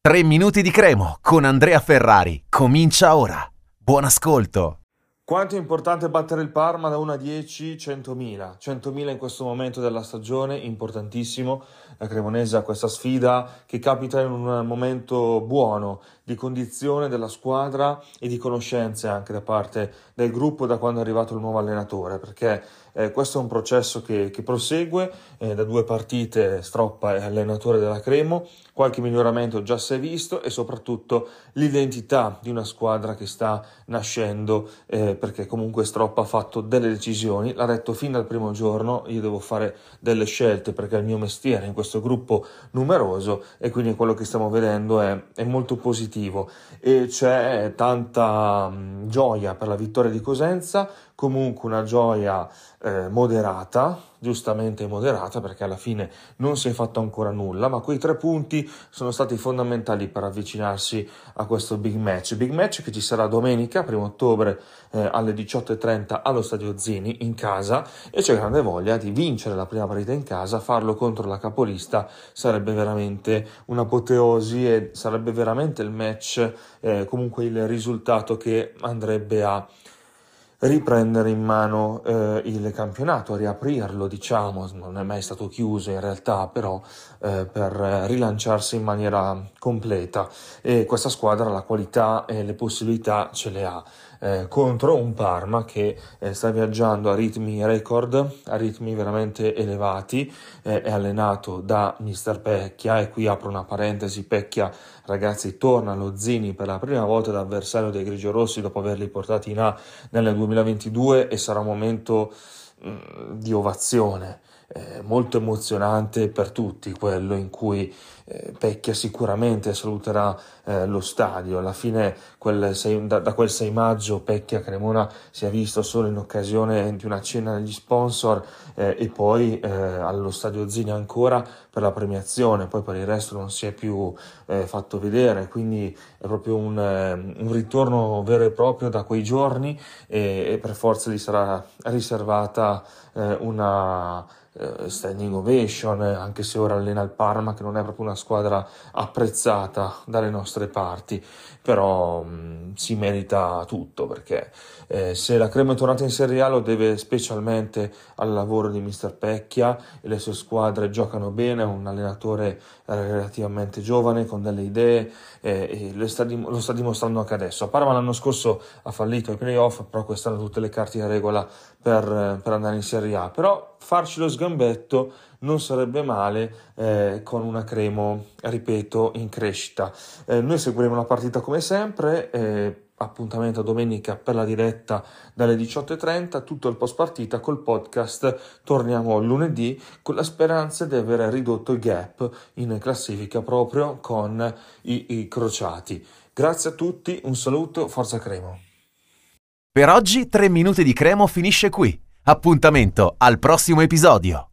3 minuti di Cremo con Andrea Ferrari. Comincia ora. Buon ascolto. Quanto è importante battere il Parma da 1 a 10? 100.000. 100.000 in questo momento della stagione, importantissimo. La Cremonese ha questa sfida che capita in un momento buono di condizione della squadra e di conoscenze anche da parte del gruppo da quando è arrivato il nuovo allenatore, perché questo è un processo che prosegue da 2 partite. Stroppa è allenatore della Cremo, qualche miglioramento già si è visto e soprattutto l'identità di una squadra che sta nascendo, perché comunque Stroppa ha fatto delle decisioni, l'ha detto fin dal primo giorno: io devo fare delle scelte perché è il mio mestiere in questo gruppo numeroso, e quindi quello che stiamo vedendo è molto positivo e c'è tanta gioia per la vittoria di Cosenza, comunque una gioia moderata, giustamente moderata, perché alla fine non si è fatto ancora nulla, ma quei 3 punti sono stati fondamentali per avvicinarsi a questo big match che ci sarà domenica 1 ottobre alle 18:30 allo Stadio Zini in casa, e c'è grande voglia di vincere la prima partita in casa. Farlo contro la capolista sarebbe veramente un'apoteosi e sarebbe veramente il match, comunque il risultato che andrebbe a riprendere in mano il campionato, a riaprirlo, diciamo, non è mai stato chiuso in realtà, però per rilanciarsi in maniera completa, e questa squadra la qualità e le possibilità ce le ha contro un Parma che sta viaggiando a ritmi record, a ritmi veramente elevati, è allenato da mister Pecchia, e qui apro una parentesi: Pecchia, ragazzi, torna allo Zini per la prima volta da avversario dei grigiorossi dopo averli portati in A nel 2022, e sarà un momento di ovazione molto emozionante per tutti, quello in cui Pecchia sicuramente saluterà lo stadio. Alla fine da quel 6 maggio Pecchia Cremona si è visto solo in occasione di una cena degli sponsor, e poi allo Stadio Zini ancora per la premiazione, poi per il resto non si è più fatto vedere, quindi è proprio un ritorno vero e proprio da quei giorni, e per forza gli sarà riservata una standing ovation, anche se ora allena il Parma, che non è proprio una squadra apprezzata dalle nostre parti, però si merita tutto, perché se la Crema è tornata in Serie A lo deve specialmente al lavoro di mister Pecchia, e le sue squadre giocano bene, è un allenatore relativamente giovane con delle idee, e lo sta dimostrando anche adesso. A Parma l'anno scorso ha fallito ai playoff, però quest'anno tutte le carte in regola per andare in Serie A, però farci lo sgambetto non sarebbe male con una Cremo, ripeto, in crescita. Noi seguiremo la partita come sempre, appuntamento a domenica per la diretta dalle 18:30, tutto il post partita col podcast. Torniamo lunedì con la speranza di aver ridotto il gap in classifica proprio con i crociati. Grazie a tutti, un saluto, forza Cremo. Per oggi 3 minuti di Cremo finisce qui. Appuntamento al prossimo episodio.